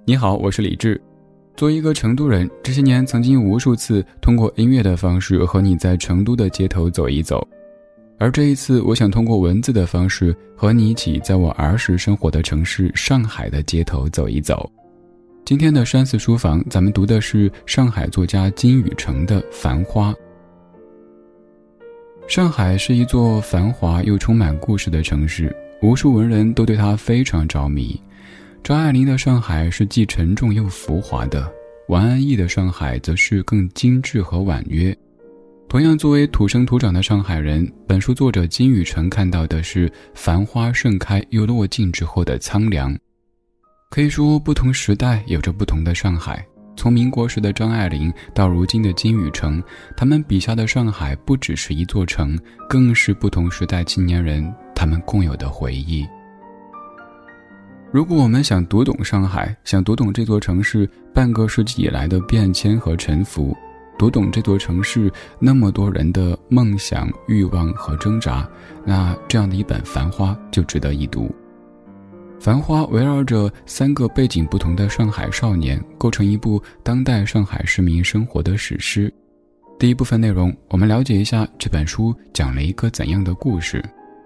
你好，我是李志。作为一个成都人，这些年曾经无数次通过音乐的方式和你在成都的街头走一走，而这一次我想通过文字的方式和你一起在我儿时生活的城市上海的街头走一走。今天的山寺书房，咱们读的是上海作家金宇澄的《繁花》。上海是一座繁华又充满故事的城市，无数文人都对它非常着迷。张爱玲的上海是既沉重又浮华的，王安忆的上海则是更精致和婉约。同样作为土生土长的上海人，本书作者金宇澄看到的是繁花盛开又落尽之后的苍凉。可以说不同时代有着不同的上海，从民国时的张爱玲到如今的金宇澄，他们笔下的上海不只是一座城，更是不同时代青年人他们共有的回忆。如果我们想读懂上海，想读懂这座城市半个世纪以来的变迁和沉浮，读懂这座城市那么多人的梦想、欲望和挣扎，那这样的一本《繁花》就值得一读。《繁花》围绕着3个背景不同的上海少年，构成一部当代上海市民生活的史诗。第一部分内容，我们了解一下这本书讲了一个怎样的故事。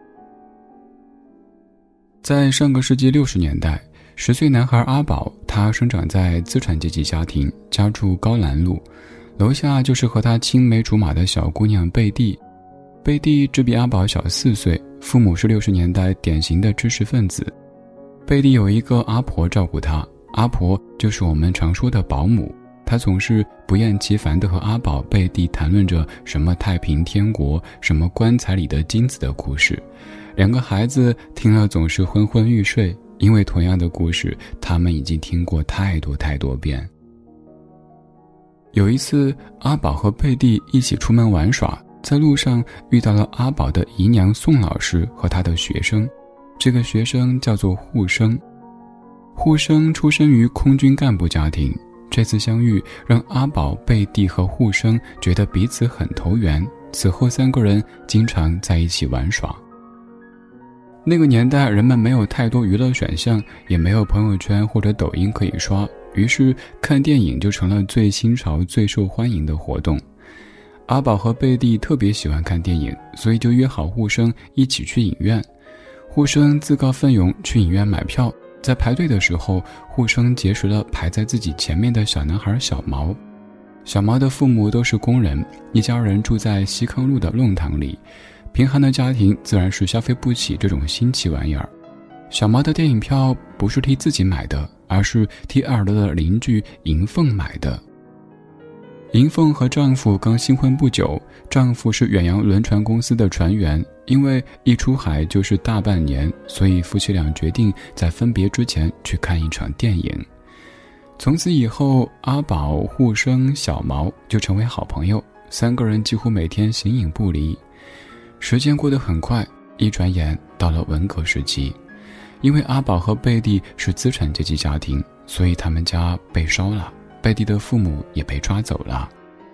在上个世纪60年代，10岁男孩阿宝，他生长在资产阶级家庭，家住高兰路，楼下就是和他青梅竹马的小姑娘贝蒂。贝蒂只比阿宝小4岁，父母是60年代典型的知识分子。贝蒂有一个阿婆照顾她，阿婆就是我们常说的保姆。她总是不厌其烦地和阿宝、贝蒂谈论着什么太平天国、什么棺材里的金子的故事。2个孩子听了总是昏昏欲睡，因为同样的故事他们已经听过太多遍。有一次，阿宝和贝蒂一起出门玩耍，在路上遇到了阿宝的姨娘宋老师和他的学生，这个学生叫做沪生。沪生出身于空军干部家庭，这次相遇让阿宝、贝蒂和沪生觉得彼此很投缘，此后3个人经常在一起玩耍。那个年代人们没有太多娱乐选项，也没有朋友圈或者抖音可以刷，于是看电影就成了最新潮最受欢迎的活动。阿宝和贝蒂特别喜欢看电影，所以就约好沪生一起去影院。沪生自告奋勇去影院买票，在排队的时候，沪生结识了排在自己前面的小男孩小毛。小毛的父母都是工人，一家人住在西康路的弄堂里，贫寒的家庭自然是消费不起这种新奇玩意儿。小毛的电影票不是替自己买的，而是替二楼的邻居银凤买的。银凤和丈夫刚新婚不久，丈夫是远洋轮船公司的船员，因为一出海就是大半年，所以夫妻俩决定在分别之前去看一场电影。从此以后，阿宝、沪生、小毛就成为好朋友，3个人几乎每天形影不离。时间过得很快，一转眼到了文革时期。因为阿宝和贝蒂是资产阶级家庭，所以他们家被烧了，贝蒂的父母也被抓走了。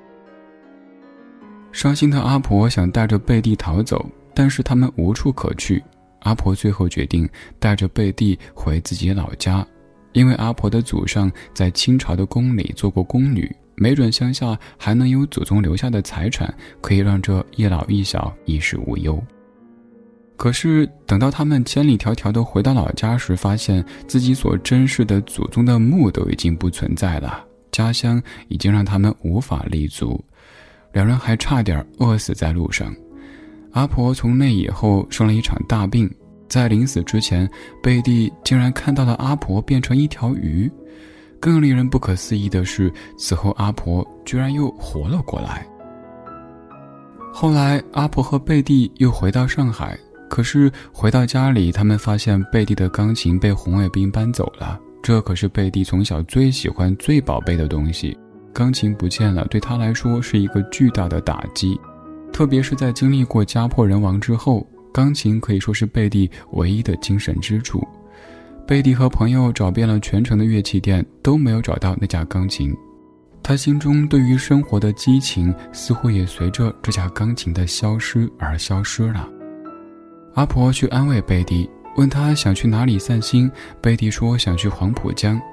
伤心的阿婆想带着贝蒂逃走，但是他们无处可去。阿婆最后决定带着贝蒂回自己老家，因为阿婆的祖上在清朝的宫里做过宫女，没准乡下还能有祖宗留下的财产，可以让这一老一小衣食无忧。可是等到他们千里迢迢地回到老家时，发现自己所珍视的祖宗的墓都已经不存在了，家乡已经让他们无法立足，2人还差点饿死在路上。阿婆从那以后生了一场大病，在临死之前，贝蒂竟然看到了阿婆变成一条鱼。更令人不可思议的是，此后阿婆居然又活了过来。后来阿婆和贝蒂又回到上海，可是回到家里，他们发现贝蒂的钢琴被红卫兵搬走了，这可是贝蒂从小最喜欢最宝贝的东西。钢琴不见了，对她来说是一个巨大的打击，特别是在经历过家破人亡之后，钢琴可以说是贝蒂唯一的精神支柱。贝蒂和朋友找遍了全城的乐器店，都没有找到那架钢琴。他心中对于生活的激情似乎也随着这架钢琴的消失而消失了。阿婆去安慰贝蒂，问他想去哪里散心，贝蒂说想去黄浦江。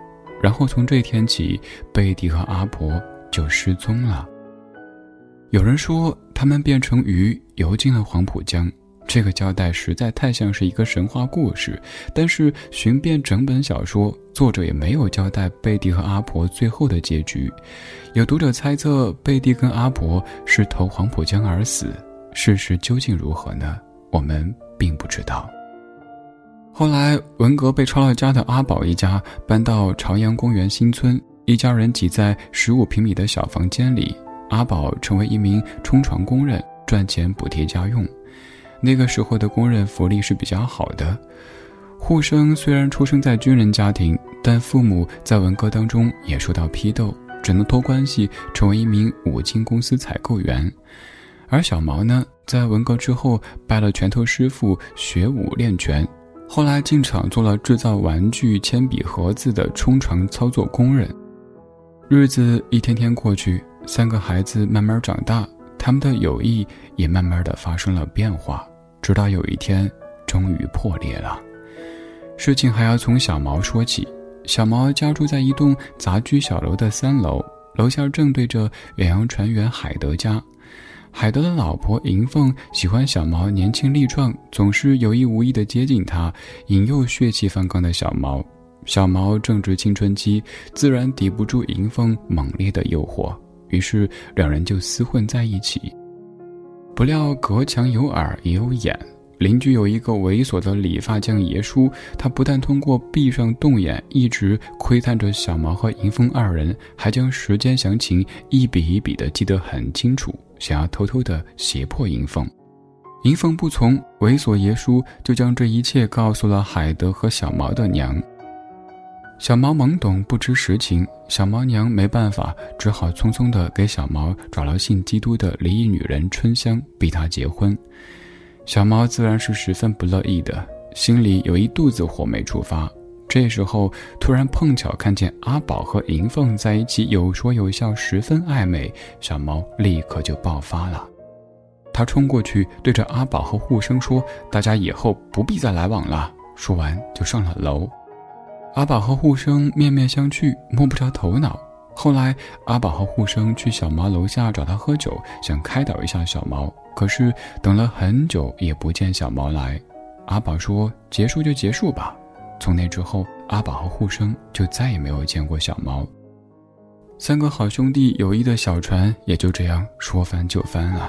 然后从这天起，贝蒂和阿婆就失踪了。有人说他们变成鱼游进了黄浦江，这个交代实在太像是一个神话故事，但是寻遍整本小说，作者也没有交代贝蒂和阿婆最后的结局。有读者猜测贝蒂跟阿婆是投黄浦江而死，事实究竟如何呢？我们并不知道。后来文革被抄了家的阿宝一家搬到朝阳公园新村，一家人挤在15平米的小房间里，阿宝成为一名冲床工人，赚钱补贴家用。那个时候的工人福利是比较好的。沪生虽然出生在军人家庭，但父母在文革当中也受到批斗，只能托关系成为一名五金公司采购员。而小毛呢，在文革之后拜了拳头师傅学武练拳，后来进厂做了制造玩具铅笔盒子的冲床操作工人。日子一天天过去，3个孩子慢慢长大，他们的友谊也慢慢的发生了变化，直到有一天终于破裂了。事情还要从小毛说起。小毛家住在一栋杂居小楼的3楼，楼下正对着远洋船员海德家。海德的老婆银凤喜欢小毛年轻力壮，总是有意无意地接近他，引诱血气方刚的小毛。小毛正值青春期，自然抵不住银凤猛烈的诱惑，于是两人就厮混在一起。不料隔墙有耳也有眼，邻居有一个猥琐的理发匠爷叔，他不但通过闭上洞眼一直窥探着小毛和银凤2人，还将时间详情一笔一笔地记得很清楚，想要偷偷地胁迫银凤。银凤不从，猥琐爷叔就将这一切告诉了海德和小毛的娘。小毛懵懂不知实情，小毛娘没办法，只好匆匆地给小毛找了信基督的离异女人春香，逼他结婚。小毛自然是十分不乐意的，心里有一肚子火没出发。这时候突然碰巧看见阿宝和银凤在一起有说有笑，十分暧昧，小毛立刻就爆发了。他冲过去对着阿宝和护生说，大家以后不必再来往了，说完就上了楼。阿宝和护生面面相觑，摸不着头脑。后来阿宝和护生去小毛楼下找他喝酒，想开导一下小毛，可是等了很久也不见小毛来。阿宝说结束就结束吧。从那之后，阿宝和护生就再也没有见过小毛。3个好兄弟友谊的小船也就这样说翻就翻了。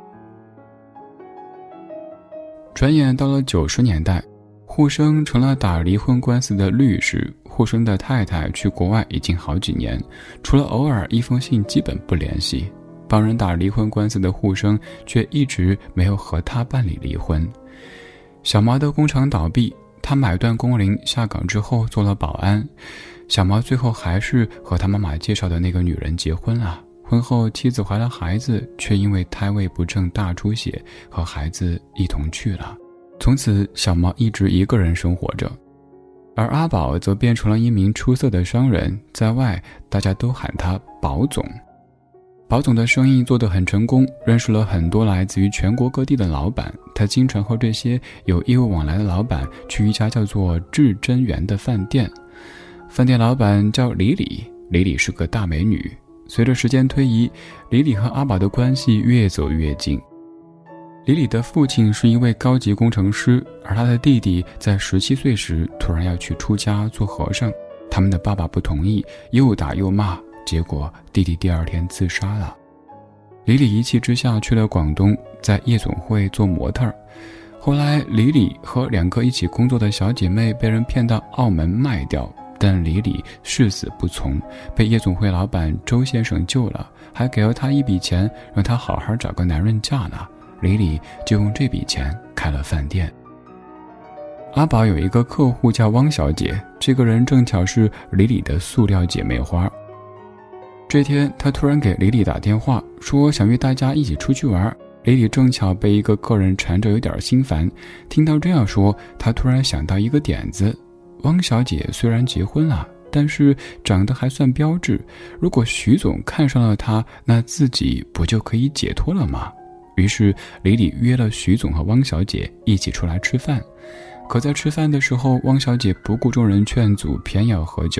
转眼到了90年代，护生成了打离婚官司的律师，护生的太太去国外已经好几年，除了偶尔一封信基本不联系。帮人打离婚官司的护生却一直没有和他办理离婚。小毛的工厂倒闭，他买断工龄下岗之后做了保安。小毛最后还是和他妈妈介绍的那个女人结婚了。婚后妻子怀了孩子，却因为胎位不正大出血，和孩子一同去了。从此小毛一直一个人生活着，而阿宝则变成了一名出色的商人，在外大家都喊他宝总。宝总的生意做得很成功，认识了很多来自于全国各地的老板。他经常和这些有业务往来的老板去一家叫做至真园的饭店。饭店老板叫李李，李李是个大美女。随着时间推移，李李和阿宝的关系越走越近。李李的父亲是一位高级工程师，而他的弟弟在17岁时突然要去出家做和尚，他们的爸爸不同意，又打又骂，结果弟弟第2天自杀了。李李一气之下去了广东，在夜总会做模特。后来李李和2个一起工作的小姐妹被人骗到澳门卖掉，但李李誓死不从，被夜总会老板周先生救了，还给了他一笔钱，让他好好找个男人嫁了。李李就用这笔钱开了饭店。阿宝有一个客户叫汪小姐，这个人正巧是李李的塑料姐妹花。这天他突然给李李打电话，说想约大家一起出去玩。李李正巧被一个客人缠着有点心烦，听到这样说，他突然想到一个点子。汪小姐虽然结婚了，但是长得还算标致，如果徐总看上了她，那自己不就可以解脱了吗？于是李李约了徐总和汪小姐一起出来吃饭。可在吃饭的时候，汪小姐不顾众人劝阻，偏要喝酒。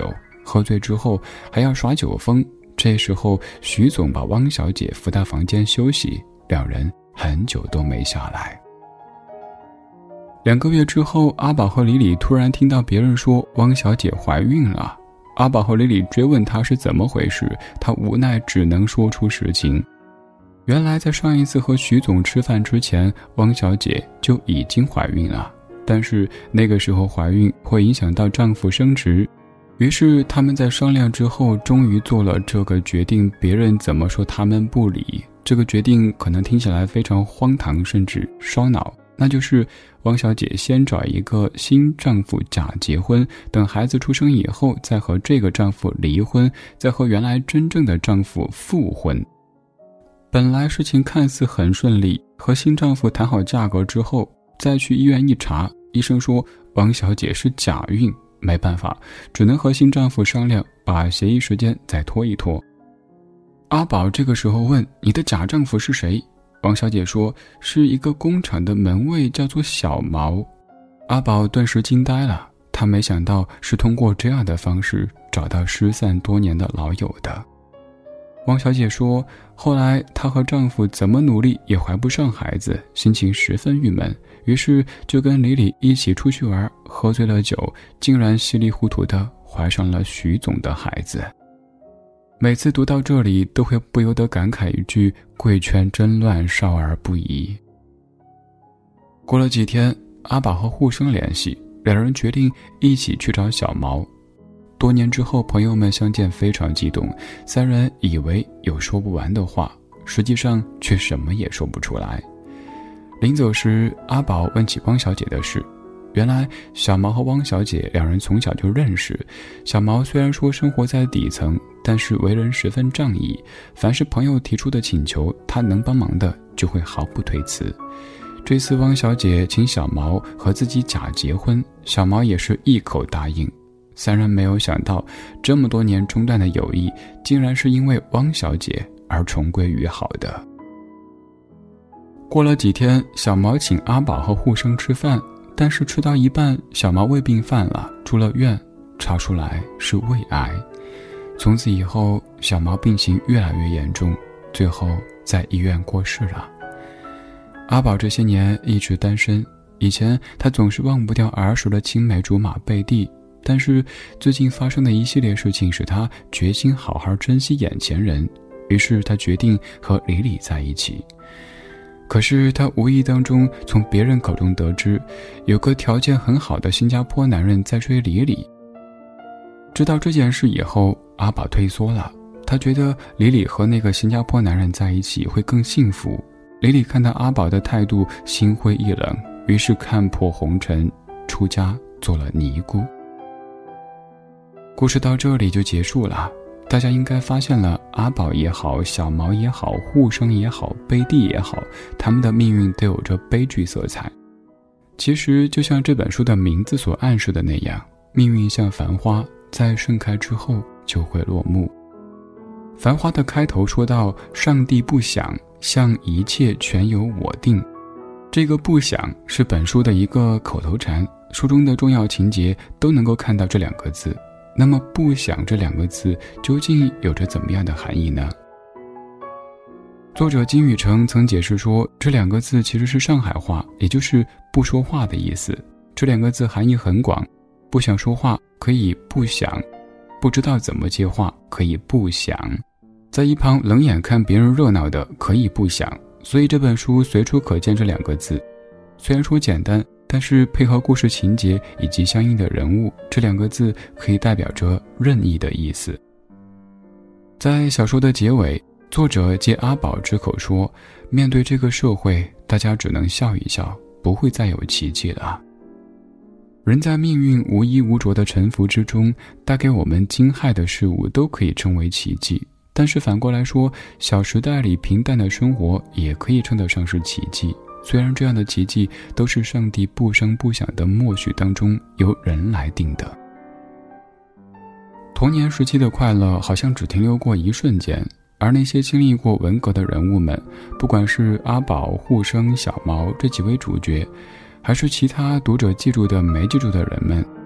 喝醉之后还要耍酒疯。这时候徐总把汪小姐扶到房间休息，两人很久都没下来。2个月之后，阿宝和李李突然听到别人说汪小姐怀孕了。阿宝和李李追问她是怎么回事，她无奈只能说出实情。原来在上一次和徐总吃饭之前，汪小姐就已经怀孕了，但是那个时候怀孕会影响到丈夫生殖，于是他们在商量之后终于做了这个决定，别人怎么说他们不理。这个决定可能听起来非常荒唐，甚至烧脑，那就是汪小姐先找一个新丈夫假结婚，等孩子出生以后再和这个丈夫离婚，再和原来真正的丈夫复婚。本来事情看似很顺利，和新丈夫谈好价格之后，再去医院一查，医生说汪小姐是假孕，没办法，只能和新丈夫商量，把协议时间再拖一拖。阿宝这个时候问，你的假丈夫是谁？汪小姐说是一个工厂的门卫，叫做小毛。阿宝顿时惊呆了，他没想到是通过这样的方式找到失散多年的老友的。汪小姐说，后来她和丈夫怎么努力也怀不上孩子，心情十分郁闷，于是就跟李李一起出去玩，喝醉了酒，竟然稀里糊涂地怀上了徐总的孩子。每次读到这里，都会不由得感慨一句，贵圈真乱，少儿不宜。过了几天，阿宝和护生联系，两人决定一起去找小毛。多年之后，朋友们相见非常激动，三人以为有说不完的话，实际上却什么也说不出来。临走时，阿宝问起汪小姐的事。原来小毛和汪小姐两人从小就认识，小毛虽然说生活在底层，但是为人十分仗义，凡是朋友提出的请求，他能帮忙的就会毫不推辞。这次汪小姐请小毛和自己假结婚，小毛也是一口答应。三人没有想到，这么多年中断的友谊，竟然是因为汪小姐而重归于好的。过了几天，小毛请阿宝和护生吃饭，但是吃到一半，小毛胃病犯了，住了院，查出来是胃癌。从此以后，小毛病情越来越严重，最后在医院过世了。阿宝这些年一直单身，以前他总是忘不掉儿时的青梅竹马贝蒂，但是最近发生的一系列事情使他决心好好珍惜眼前人，于是他决定和李李在一起。可是他无意当中从别人口中得知，有个条件很好的新加坡男人在追李李。知道这件事以后，阿宝退缩了，他觉得李李和那个新加坡男人在一起会更幸福。李李看到阿宝的态度，心灰意冷，于是看破红尘，出家做了尼姑。故事到这里就结束了。大家应该发现了，阿宝也好，小毛也好，护生也好，贝蒂也好，他们的命运都有着悲剧色彩。其实就像这本书的名字所暗示的那样，命运像繁花，在盛开之后就会落幕。繁花的开头说到，上帝不想，像一切全由我定。这个不想是本书的一个口头禅，书中的重要情节都能够看到这两个字。那么不想这两个字究竟有着怎么样的含义呢？作者金宇成曾解释说，这两个字其实是上海话，也就是不说话的意思。这两个字含义很广，不想说话可以不想，不知道怎么接话可以不想，在一旁冷眼看别人热闹的可以不想。所以这本书随处可见这两个字，虽然说简单，但是配合故事情节以及相应的人物，这两个字可以代表着任意的意思。在小说的结尾，作者借阿宝之口说，面对这个社会，大家只能笑一笑，不会再有奇迹了。人在命运无依无着的沉浮之中，带给我们惊骇的事物都可以称为奇迹，但是反过来说，小时代里平淡的生活也可以称得上是奇迹。虽然这样的奇迹都是上帝不声不响的默许当中由人来定的。童年时期的快乐好像只停留过一瞬间，而那些经历过文革的人物们，不管是阿宝、护生、小毛这几位主角，还是其他读者记住的没记住的人们，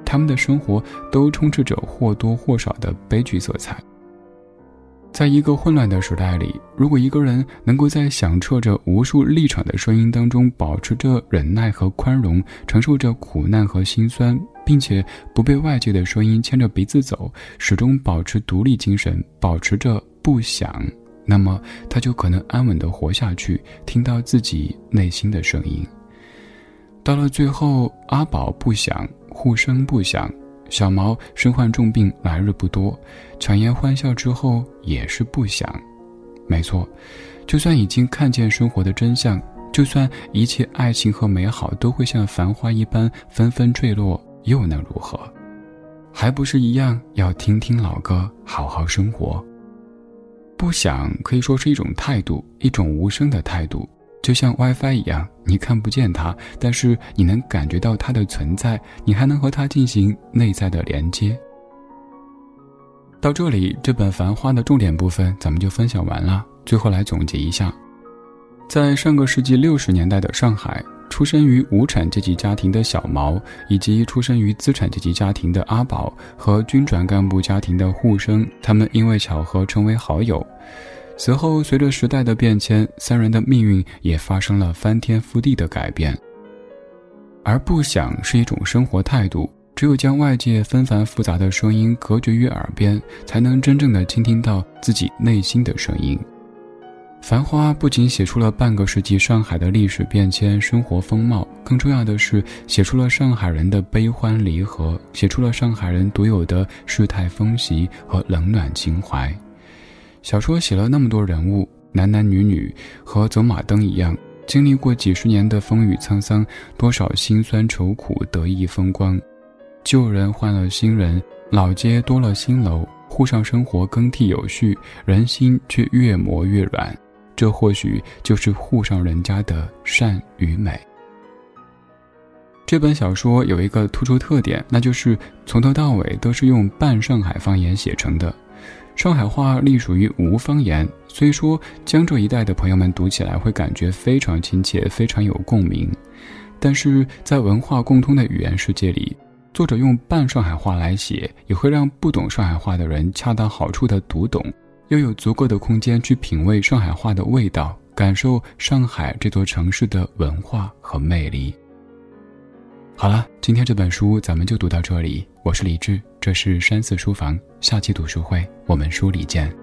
他们的生活都充斥着或多或少的悲剧色彩。在一个混乱的时代里，如果一个人能够在响彻着无数立场的声音当中保持着忍耐和宽容，承受着苦难和心酸，并且不被外界的声音牵着鼻子走，始终保持独立精神，保持着不想，那么他就可能安稳地活下去，听到自己内心的声音。到了最后，阿宝不想，护生不想，小毛身患重病，来日不多，强颜欢笑之后也是不想。没错，就算已经看见生活的真相，就算一切爱情和美好都会像繁花一般纷纷坠落，又能如何？还不是一样要听听老歌，好好生活。不想可以说是一种态度，一种无声的态度，就像 WiFi 一样，你看不见它，但是你能感觉到它的存在，你还能和它进行内在的连接。到这里，这本《繁花》的重点部分咱们就分享完了。最后来总结一下，在上个世纪60年代的上海，出身于无产阶级家庭的小毛，以及出身于资产阶级家庭的阿宝和军转干部家庭的护生，他们因为巧合成为好友。此后随着时代的变迁，三人的命运也发生了翻天覆地的改变。而不想是一种生活态度，只有将外界纷繁复杂的声音隔绝于耳边，才能真正的倾听到自己内心的声音。繁花不仅写出了半个世纪上海的历史变迁、生活风貌，更重要的是写出了上海人的悲欢离合，写出了上海人独有的世态风习和冷暖情怀。小说写了那么多人物，男男女女，和走马灯一样，经历过几十年的风雨沧桑，多少辛酸愁苦，得意风光。旧人换了新人，老街多了新楼，沪上生活更替有序，人心却越磨越软。这或许就是沪上人家的善与美。这本小说有一个突出特点，那就是从头到尾都是用半上海方言写成的。上海话隶属于吴方言，所以说江浙一带的朋友们读起来会感觉非常亲切，非常有共鸣。但是在文化共通的语言世界里，作者用半上海话来写，也会让不懂上海话的人恰到好处地读懂，又有足够的空间去品味上海话的味道，感受上海这座城市的文化和魅力。好了，今天这本书咱们就读到这里，我是李志，这是山寺书房，下期读书会我们书里见。